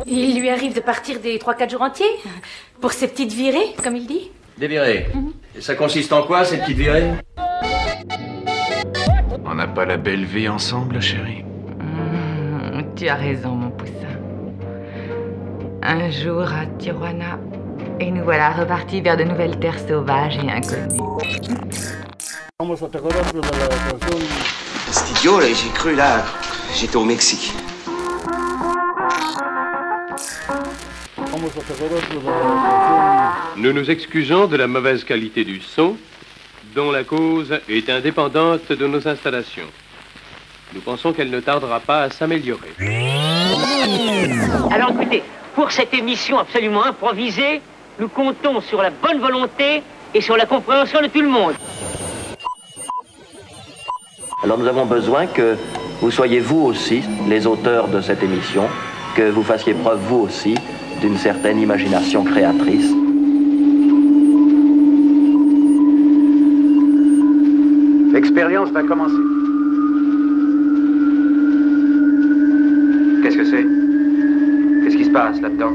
Il lui arrive de partir des 3-4 jours entiers pour ses petites virées, comme il dit. Des virées. Et ça consiste en quoi, ces petites virées? On n'a pas la belle vie ensemble, chérie? Tu as raison, mon poussin. Un jour à Tijuana, et nous voilà repartis vers de nouvelles terres sauvages et inconnues. C'est idiot, là, j'ai cru, là, j'étais au Mexique. Nous nous excusons de la mauvaise qualité du son, dont la cause est indépendante de nos installations. Nous pensons qu'elle ne tardera pas à s'améliorer. Alors écoutez, pour cette émission absolument improvisée, nous comptons sur la bonne volonté et sur la compréhension de tout le monde. Alors nous avons besoin que vous soyez vous aussi les auteurs de cette émission, que vous fassiez preuve vous aussi d'une certaine imagination créatrice. L'expérience va commencer. Qu'est-ce que c'est? Qu'est-ce qui se passe là-dedans?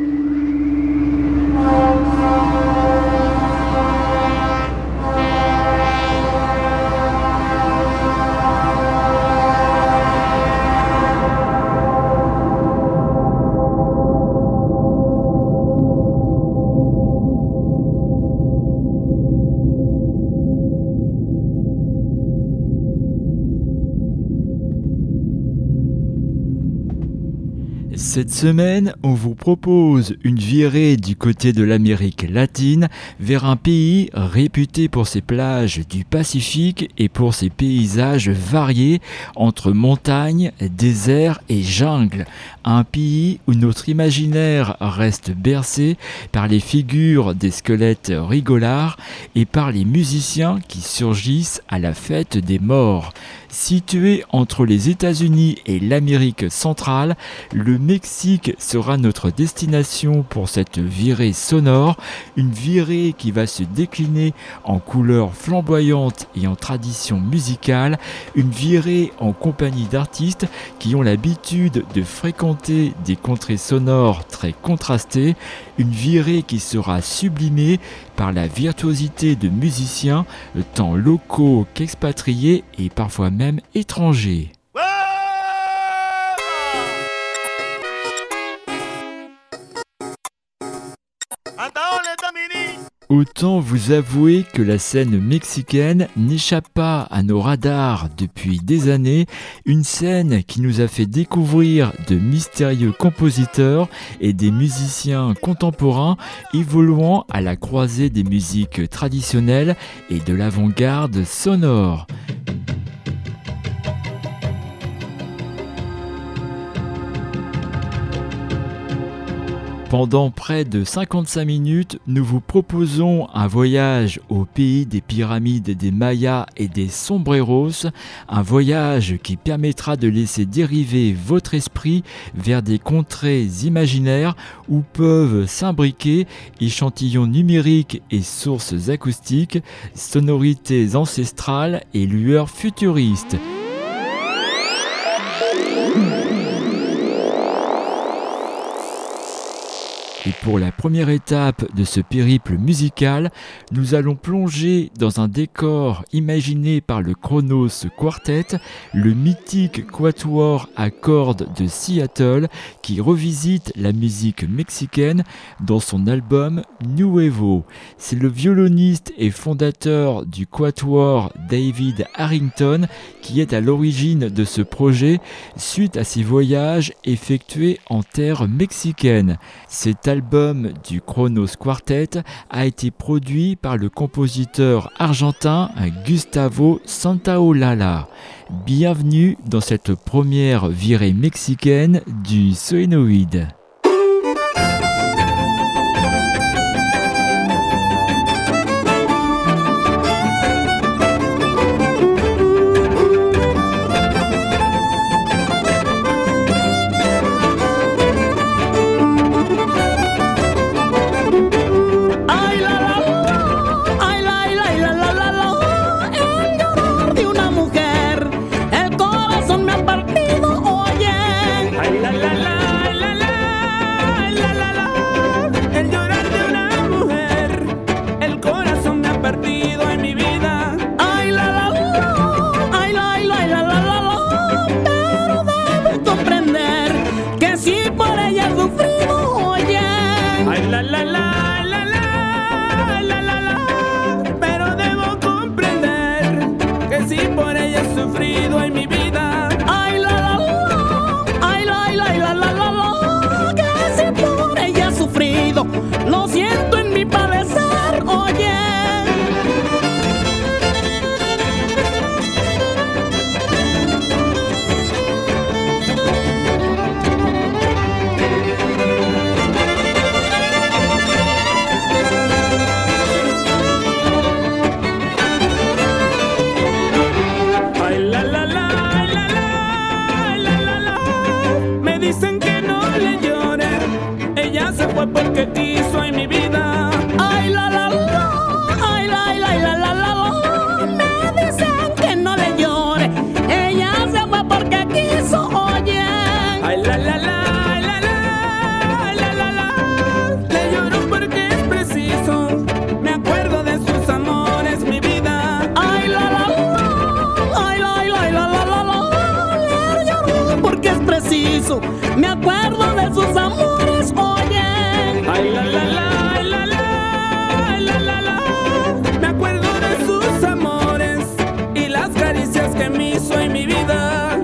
Cette semaine, on vous propose une virée du côté de l'Amérique latine vers un pays réputé pour ses plages du Pacifique et pour ses paysages variés entre montagnes, déserts et jungle. Un pays où notre imaginaire reste bercé par les figures des squelettes rigolards et par les musiciens qui surgissent à la fête des morts. Situé entre les États-Unis et l'Amérique centrale, le Mexique sera notre destination pour cette virée sonore, une virée qui va se décliner en couleurs flamboyantes et en tradition musicale, une virée en compagnie d'artistes qui ont l'habitude de fréquenter des contrées sonores très contrastées, une virée qui sera sublimée par la virtuosité de musiciens tant locaux qu'expatriés et parfois même étrangers. Autant vous avouer que la scène mexicaine n'échappe pas à nos radars depuis des années, une scène qui nous a fait découvrir de mystérieux compositeurs et des musiciens contemporains évoluant à la croisée des musiques traditionnelles et de l'avant-garde sonore. Pendant près de 55 minutes, nous vous proposons un voyage au pays des pyramides des Mayas et des sombreros, un voyage qui permettra de laisser dériver votre esprit vers des contrées imaginaires où peuvent s'imbriquer échantillons numériques et sources acoustiques, sonorités ancestrales et lueurs futuristes. Et pour la première étape de ce périple musical, nous allons plonger dans un décor imaginé par le Kronos Quartet, le mythique quatuor à cordes de Seattle qui revisite la musique mexicaine dans son album Nuevo. C'est le violoniste et fondateur du quatuor David Harrington qui est à l'origine de ce projet suite à ses voyages effectués en terre mexicaine. Cet album du Kronos Quartet a été produit par le compositeur argentin Gustavo Santaolalla. Bienvenue dans cette première virée mexicaine du Soénoïde. La la la la la fue porque quiso en mi vida. Ay, la, la, la, ay, la, la, la, la, la, me dicen que no le llore. Ella se fue porque quiso, oye. Ay, la, la, la. Me acuerdo de sus amores, oye. Ay, la, la, la, ay, la, la, la, la, la. Me acuerdo de sus amores y las caricias que me hizo en mi vida.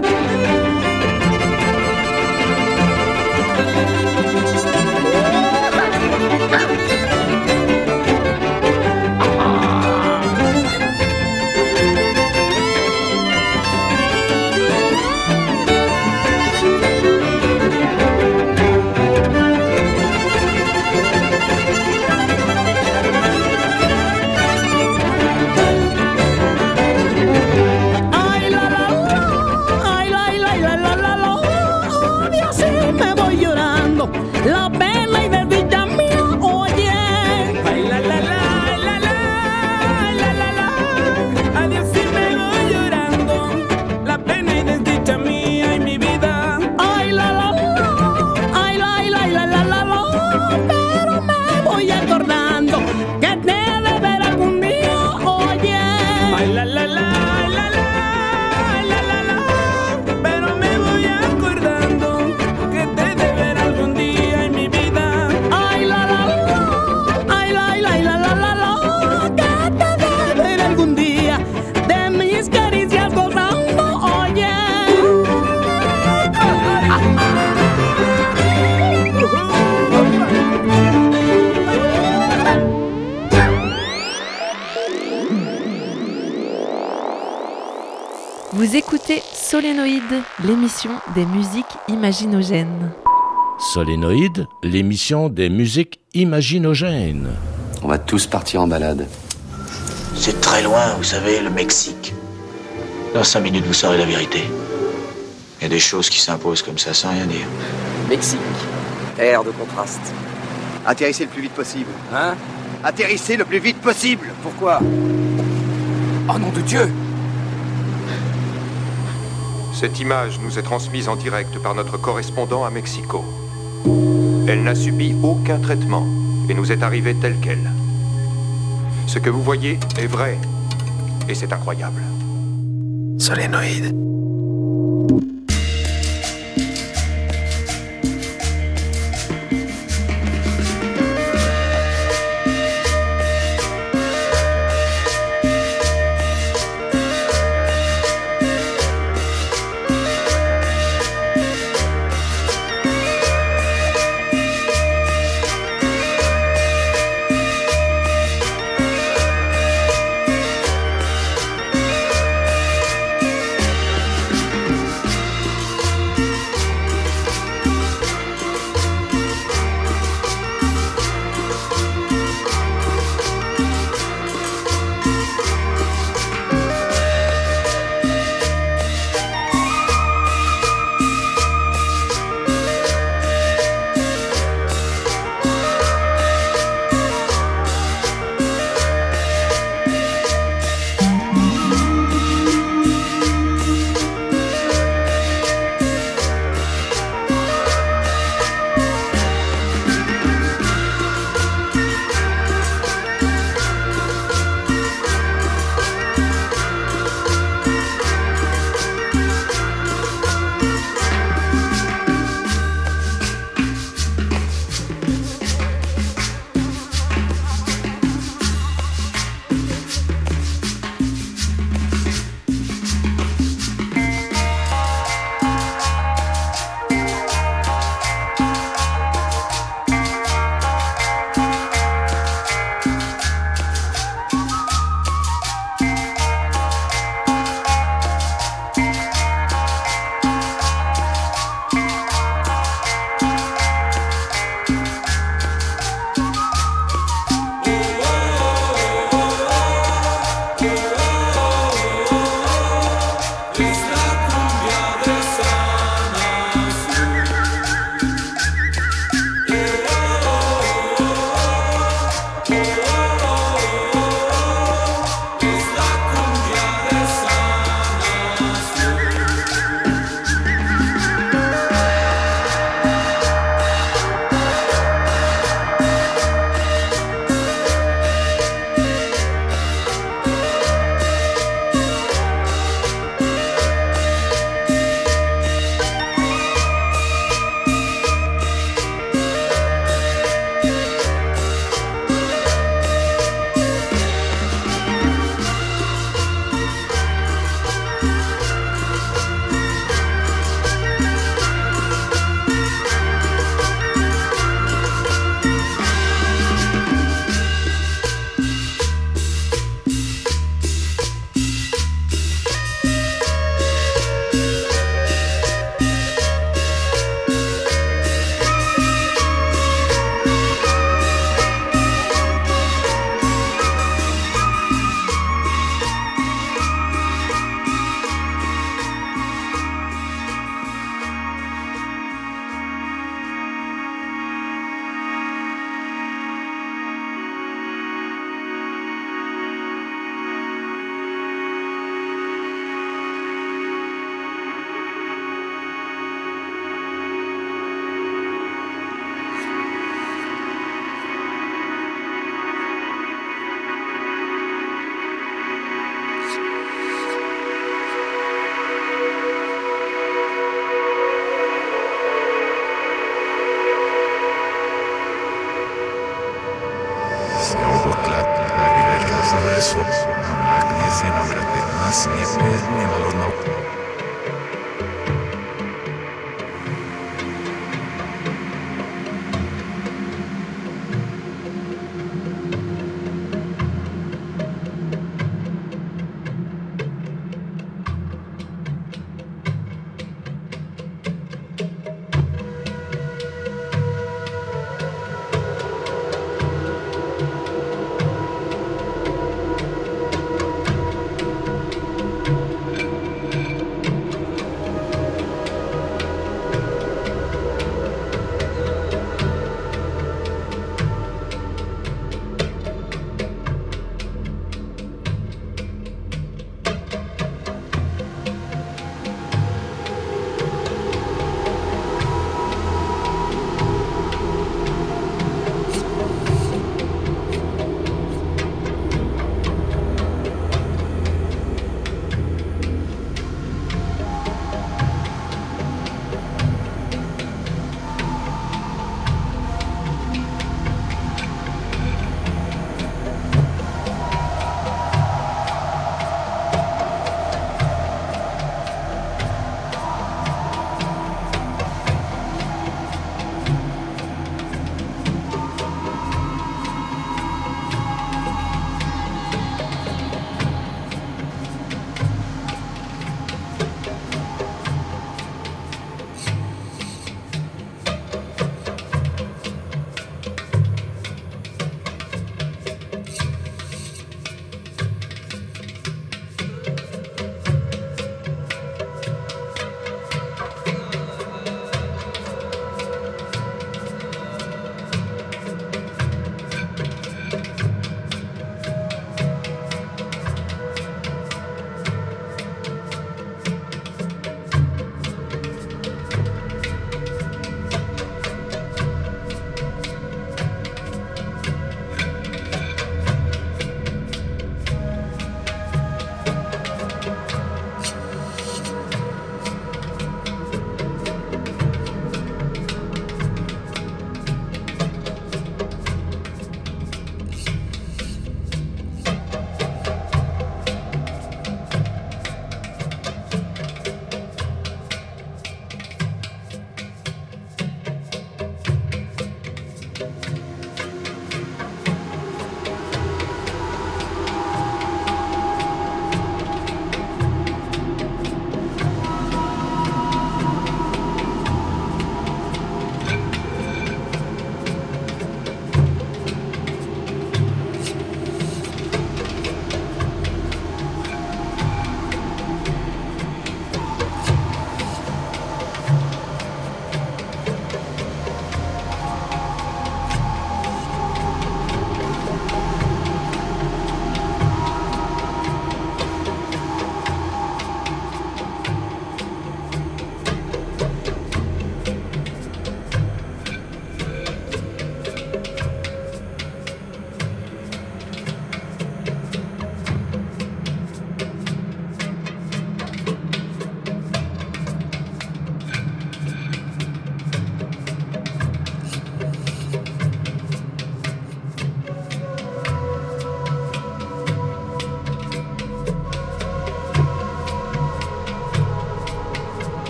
La pena y desdicha mía, oye. Ay, la, la, la, la, la, la, la, la. Adiós si me voy llorando. La pena y desdicha mía en mi vida. Ay, la, la, la, ay, la, la, la, la, la, la. Pero me voy acordando que te de ver algún día, oye. Ay, la, la, la. Vous écoutez Solénoïde, l'émission des musiques imaginogènes. Solénoïde, l'émission des musiques imaginogènes. On va tous partir en balade. C'est très loin, vous savez, le Mexique. Dans 5 minutes, vous saurez la vérité. Il y a des choses qui s'imposent comme ça, sans rien dire. Mexique. Air de contraste. Atterrissez le plus vite possible. Hein? Atterrissez le plus vite possible. Pourquoi? Oh nom de Dieu! Cette image nous est transmise en direct par notre correspondant à Mexico. Elle n'a subi aucun traitement et nous est arrivée telle qu'elle. Ce que vous voyez est vrai et c'est incroyable. Solénoïde. Сесу, князина, брати, нас не головно.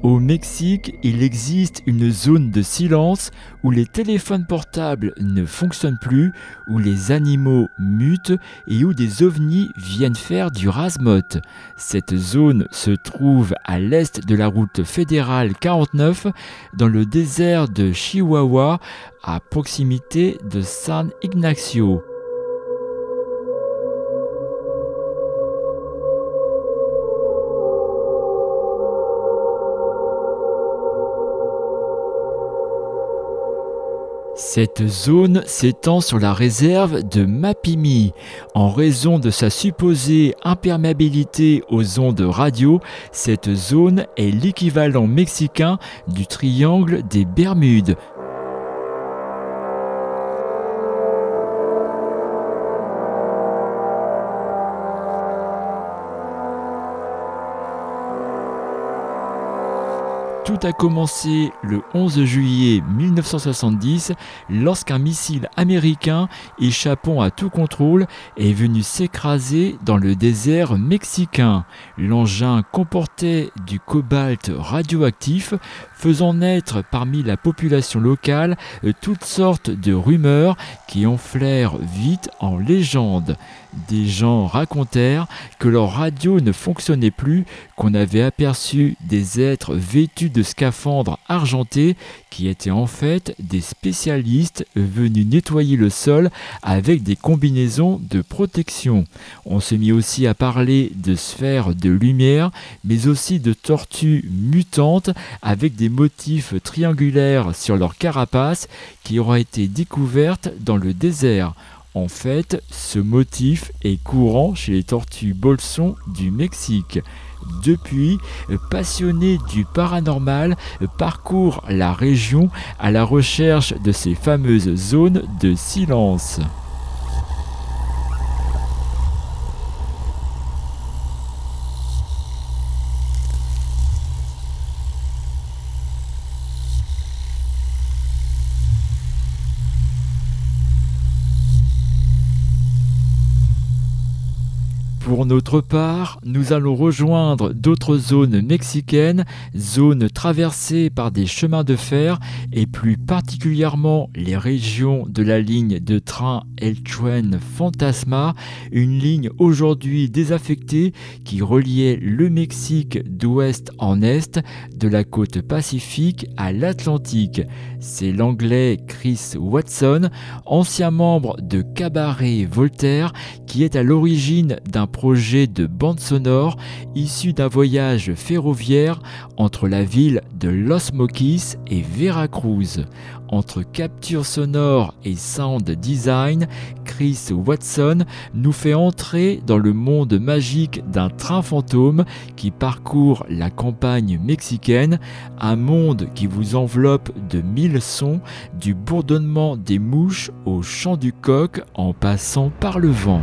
Au Mexique, il existe une zone de silence où les téléphones portables ne fonctionnent plus, où les animaux mutent et où des ovnis viennent faire du razmot. Cette zone se trouve à l'est de la route fédérale 49, dans le désert de Chihuahua, à proximité de San Ignacio. Cette zone s'étend sur la réserve de Mapimi. En raison de sa supposée imperméabilité aux ondes radio, cette zone est l'équivalent mexicain du triangle des Bermudes. Tout a commencé le 11 juillet 1970 lorsqu'un missile américain échappant à tout contrôle est venu s'écraser dans le désert mexicain. L'engin comportait du cobalt radioactif, faisant naître parmi la population locale toutes sortes de rumeurs qui enflèrent vite en légende. Des gens racontèrent que leur radio ne fonctionnait plus, qu'on avait aperçu des êtres vêtus de scaphandres argentés qui étaient en fait des spécialistes venus nettoyer le sol avec des combinaisons de protection. On se mit aussi à parler de sphères de lumière, mais aussi de tortues mutantes avec des motifs triangulaires sur leur carapace qui auraient été découvertes dans le désert. En fait, ce motif est courant chez les tortues bolsons du Mexique. Depuis, passionnés du paranormal, parcourent la région à la recherche de ces fameuses zones de silence. Pour notre part, nous allons rejoindre d'autres zones mexicaines, zones traversées par des chemins de fer et plus particulièrement les régions de la ligne de train El Tren Fantasma, une ligne aujourd'hui désaffectée qui reliait le Mexique d'ouest en est, de la côte Pacifique à l'Atlantique. C'est l'anglais Chris Watson, ancien membre de Cabaret Voltaire, qui est à l'origine d'un projet de bande sonore issu d'un voyage ferroviaire entre la ville de Los Mochis et Veracruz. Entre capture sonore et sound design, Chris Watson nous fait entrer dans le monde magique d'un train fantôme qui parcourt la campagne mexicaine, un monde qui vous enveloppe de 1000 sons, du bourdonnement des mouches au chant du coq en passant par le vent.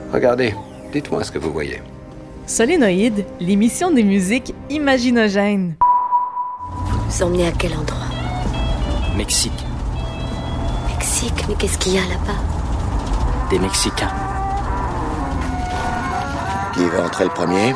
Regardez, dites-moi ce que vous voyez. Solénoïde, l'émission des musiques imaginogènes. Nous sommes nés à quel endroit? Mexique. Mexique? Mais qu'est-ce qu'il y a là-bas? Des Mexicains. Qui veut entrer le premier?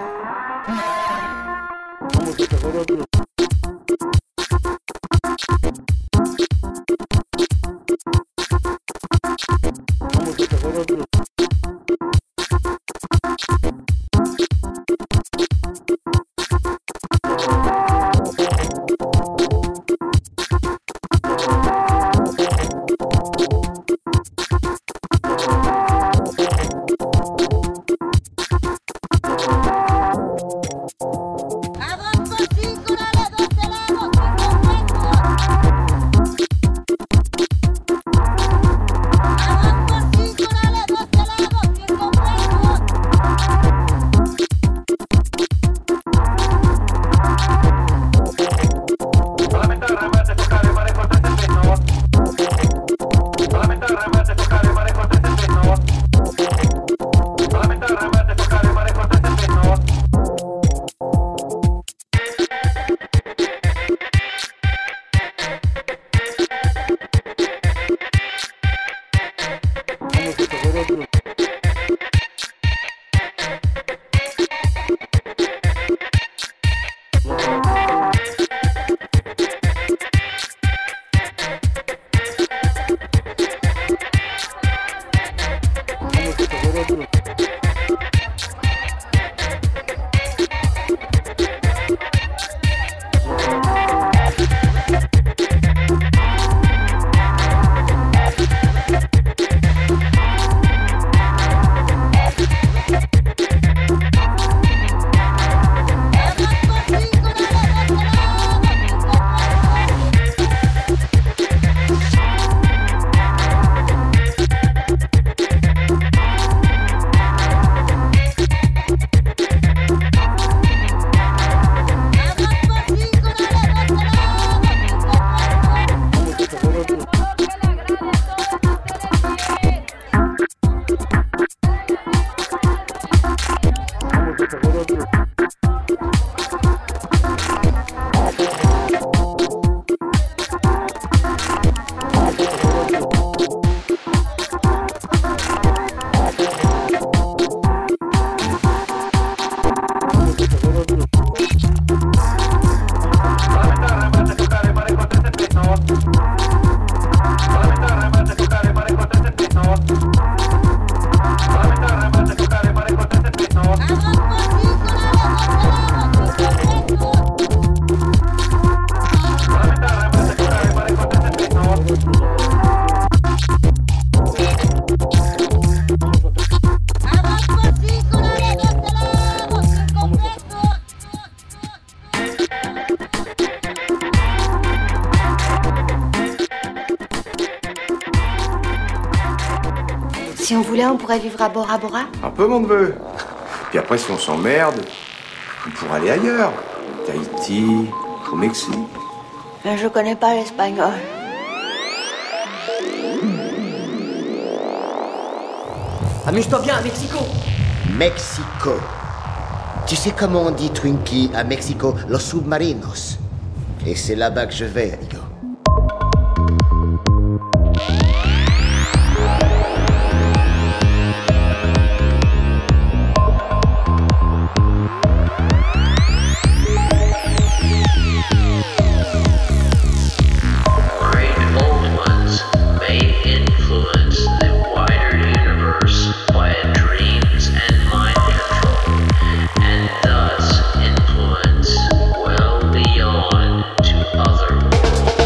Si on voulait, on pourrait vivre à Bora Bora? Un peu, mon neveu. Puis après, si on s'emmerde, on pourrait aller ailleurs. Tahiti, au Mexique. Mais je connais pas l'espagnol. Amuse-toi bien à Mexico. Mexico. Tu sais comment on dit Twinkie à Mexico? Los submarinos. Et c'est là-bas que je vais, amigo. Well beyond to other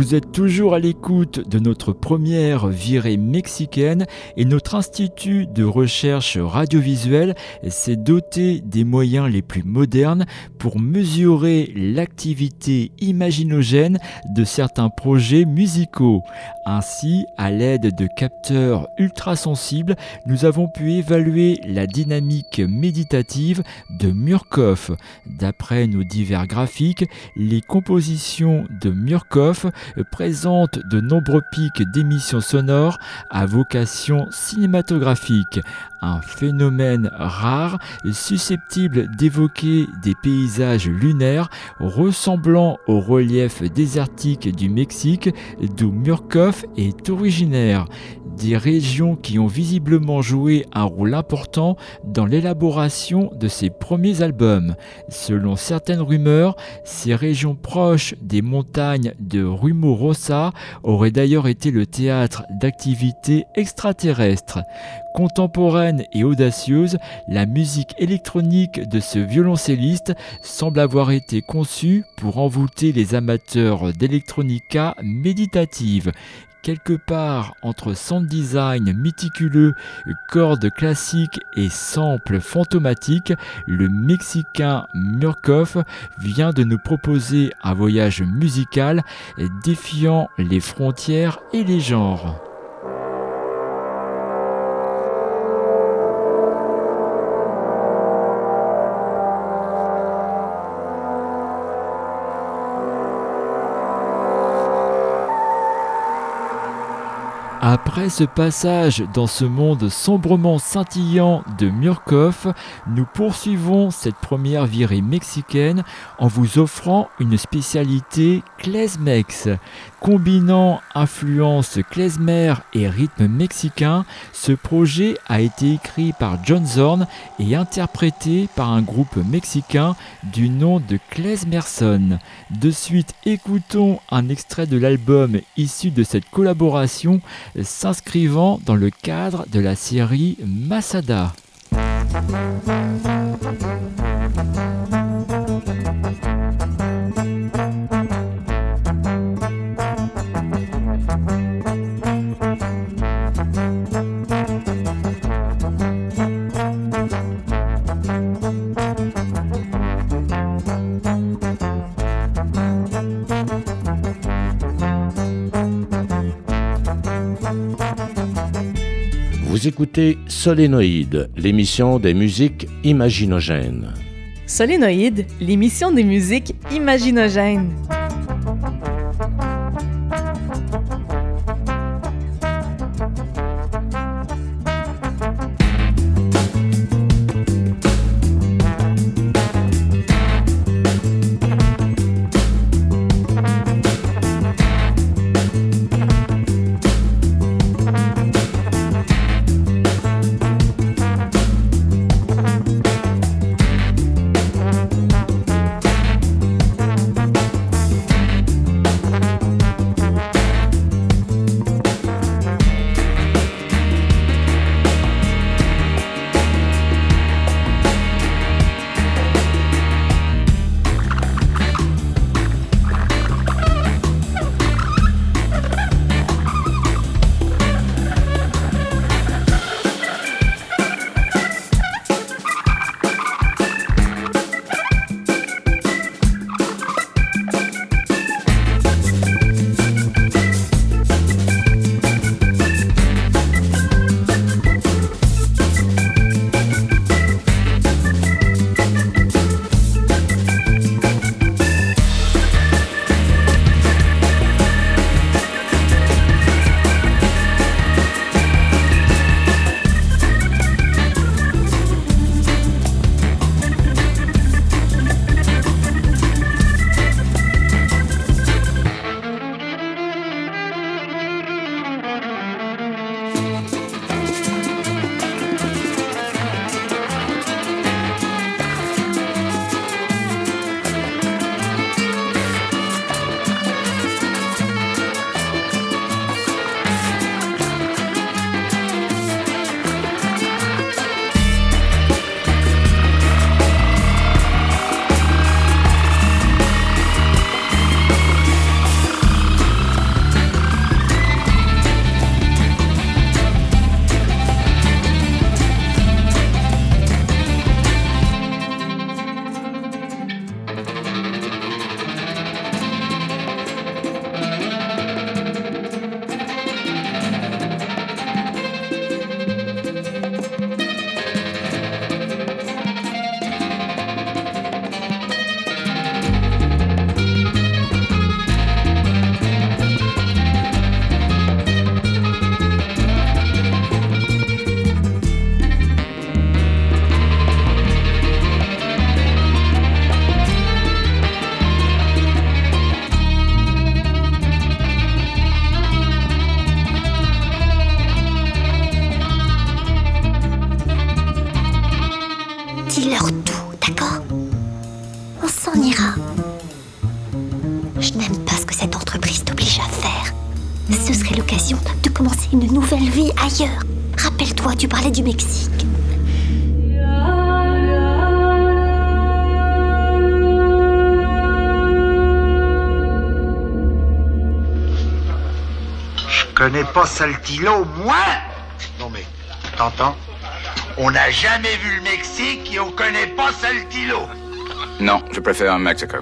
Vous êtes toujours à l'écoute de notre première virée mexicaine et notre institut de recherche radiovisuelle s'est doté des moyens les plus modernes pour mesurer l'activité imaginogène de certains projets musicaux. Ainsi, à l'aide de capteurs ultrasensibles, nous avons pu évaluer la dynamique méditative de Murkoff. D'après nos divers graphiques, les compositions de Murkoff présentent de nombreux pics d'émissions sonores à vocation cinématographique. Un phénomène rare susceptible d'évoquer des paysages lunaires ressemblant au relief désertique du Mexique d'où Murkoff est originaire. Des régions qui ont visiblement joué un rôle important dans l'élaboration de ses premiers albums. Selon certaines rumeurs, ces régions proches des montagnes de Rumarosa auraient d'ailleurs été le théâtre d'activités extraterrestres. Contemporaine et audacieuse, la musique électronique de ce violoncelliste semble avoir été conçue pour envoûter les amateurs d'électronica méditative. Quelque part entre sound design méticuleux, cordes classiques et samples fantomatiques, le Mexicain Murkoff vient de nous proposer un voyage musical défiant les frontières et les genres. Après ce passage dans ce monde sombrement scintillant de Murkoff, nous poursuivons cette première virée mexicaine en vous offrant une spécialité klezmex. Combinant influences klezmer et rythme mexicain, ce projet a été écrit par John Zorn et interprété par un groupe mexicain du nom de Klezmerson. De suite, écoutons un extrait de l'album issu de cette collaboration s'inscrivant dans le cadre de la série Masada. Vous écoutez Solénoïde, l'émission des musiques imaginogènes. Solénoïde, l'émission des musiques imaginogènes. Ce serait l'occasion de commencer une nouvelle vie ailleurs. Rappelle-toi, tu parlais du Mexique. Je connais pas Saltillo, moi! Non mais, t'entends? On n'a jamais vu le Mexique et on connaît pas Saltillo! Non, je préfère Mexico.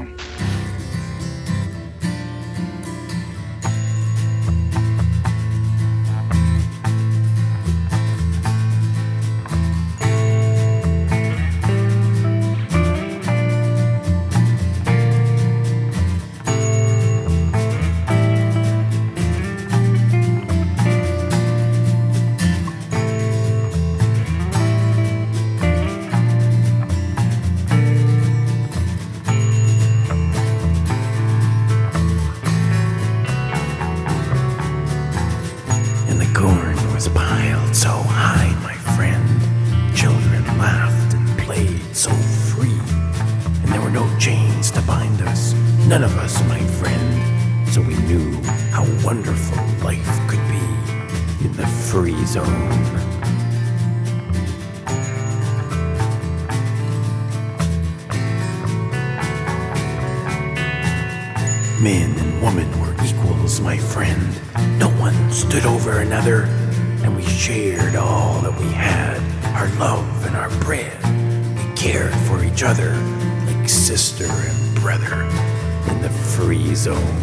Men and women were equals, my friend. No one stood over another, and we shared all that we had, our love and our bread. We cared for each other like sister and brother in the free zone.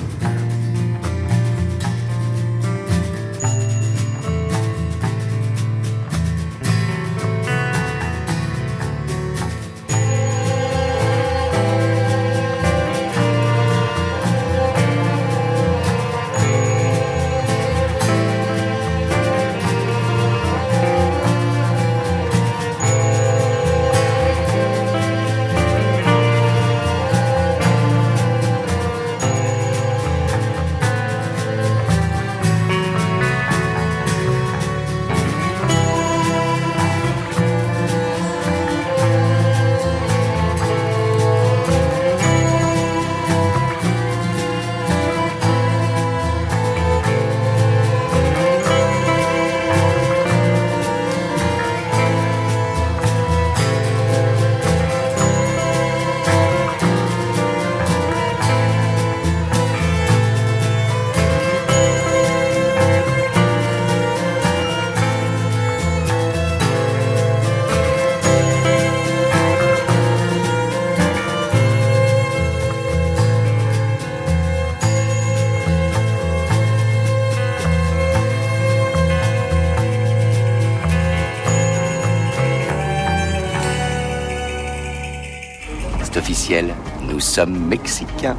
Officiel, nous sommes mexicains.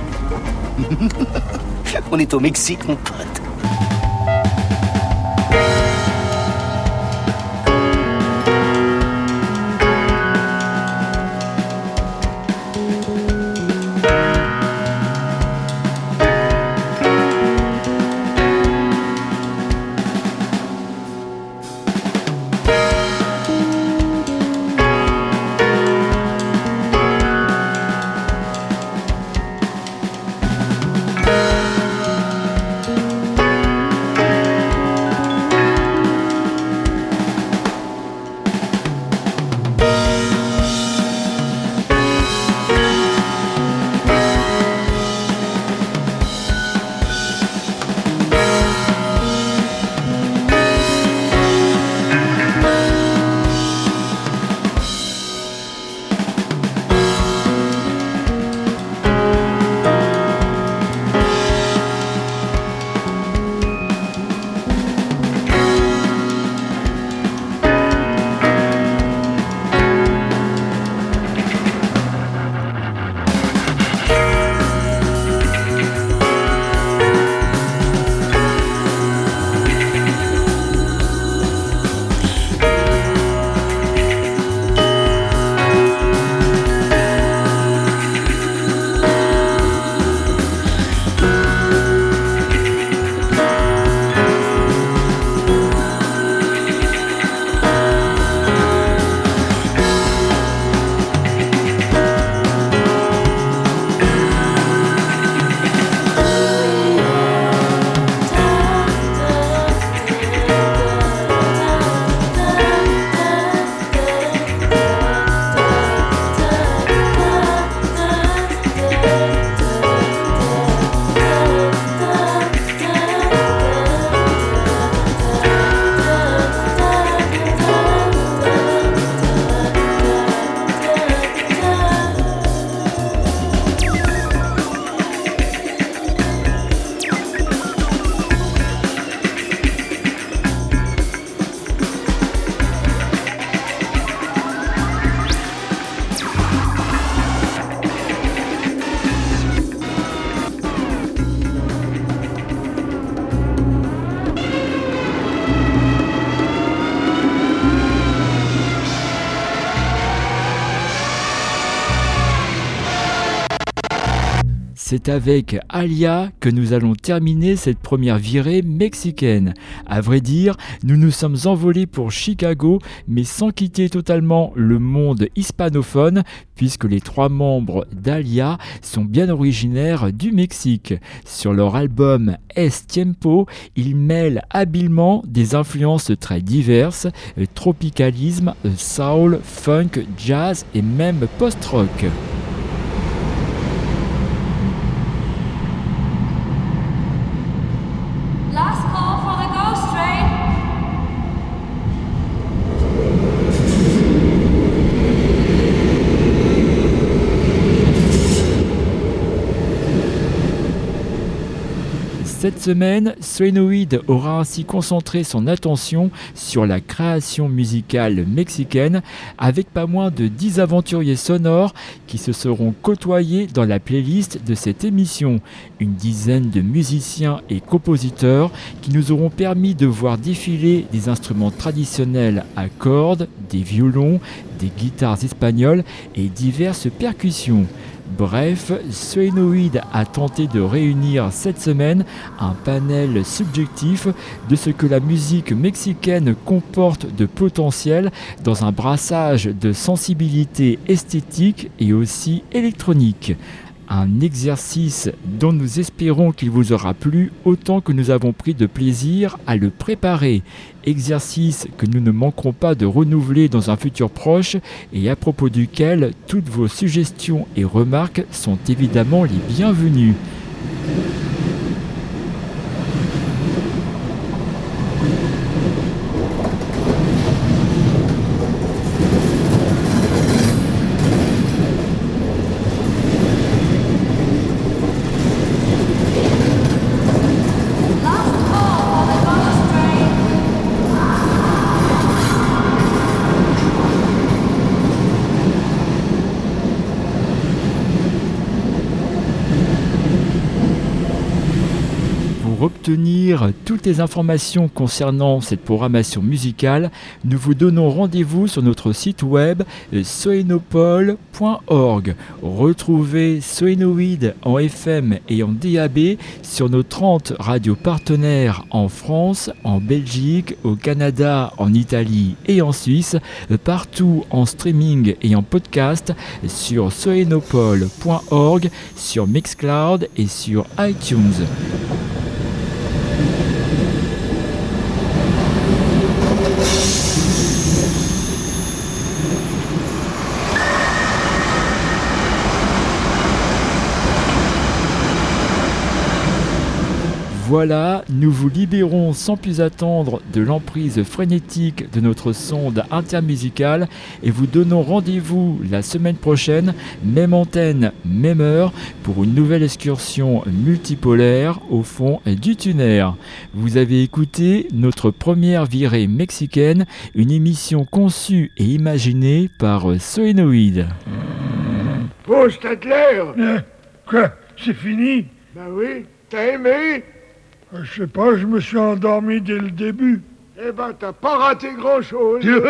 On est au Mexique, mon pote. C'est avec Alia que nous allons terminer cette première virée mexicaine. À vrai dire, nous nous sommes envolés pour Chicago, mais sans quitter totalement le monde hispanophone, puisque les 3 membres d'Alia sont bien originaires du Mexique. Sur leur album Es Tiempo, ils mêlent habilement des influences très diverses, tropicalisme, soul, funk, jazz et même post-rock. Last call for the ghost train. Cette semaine, Suenoid aura ainsi concentré son attention sur la création musicale mexicaine avec pas moins de 10 aventuriers sonores qui se seront côtoyés dans la playlist de cette émission. Une dizaine de musiciens et compositeurs qui nous auront permis de voir défiler des instruments traditionnels à cordes, des violons, des guitares espagnoles et diverses percussions. Bref, Suenoid a tenté de réunir cette semaine un panel subjectif de ce que la musique mexicaine comporte de potentiel dans un brassage de sensibilité esthétique et aussi électronique. Un exercice dont nous espérons qu'il vous aura plu autant que nous avons pris de plaisir à le préparer. Exercice que nous ne manquerons pas de renouveler dans un futur proche et à propos duquel toutes vos suggestions et remarques sont évidemment les bienvenues. Pour obtenir toutes les informations concernant cette programmation musicale, nous vous donnons rendez-vous sur notre site web soenopol.org. Retrouvez Suenoid en FM et en DAB sur nos 30 radios partenaires en France, en Belgique, au Canada, en Italie et en Suisse, partout en streaming et en podcast sur soenopol.org, sur Mixcloud et sur iTunes. Voilà, nous vous libérons sans plus attendre de l'emprise frénétique de notre sonde intermusicale et vous donnons rendez-vous la semaine prochaine, même antenne, même heure, pour une nouvelle excursion multipolaire au fond du tunnel. Vous avez écouté notre première virée mexicaine, une émission conçue et imaginée par Suenoid. Oh, Stadler! Quoi? C'est fini? Ben oui. T'as aimé? Je sais pas, je me suis endormi dès le début. Eh ben, t'as pas raté grand-chose. Vous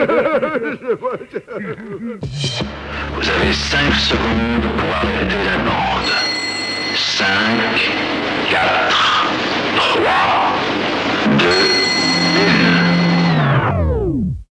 avez 5 secondes pour arrêter la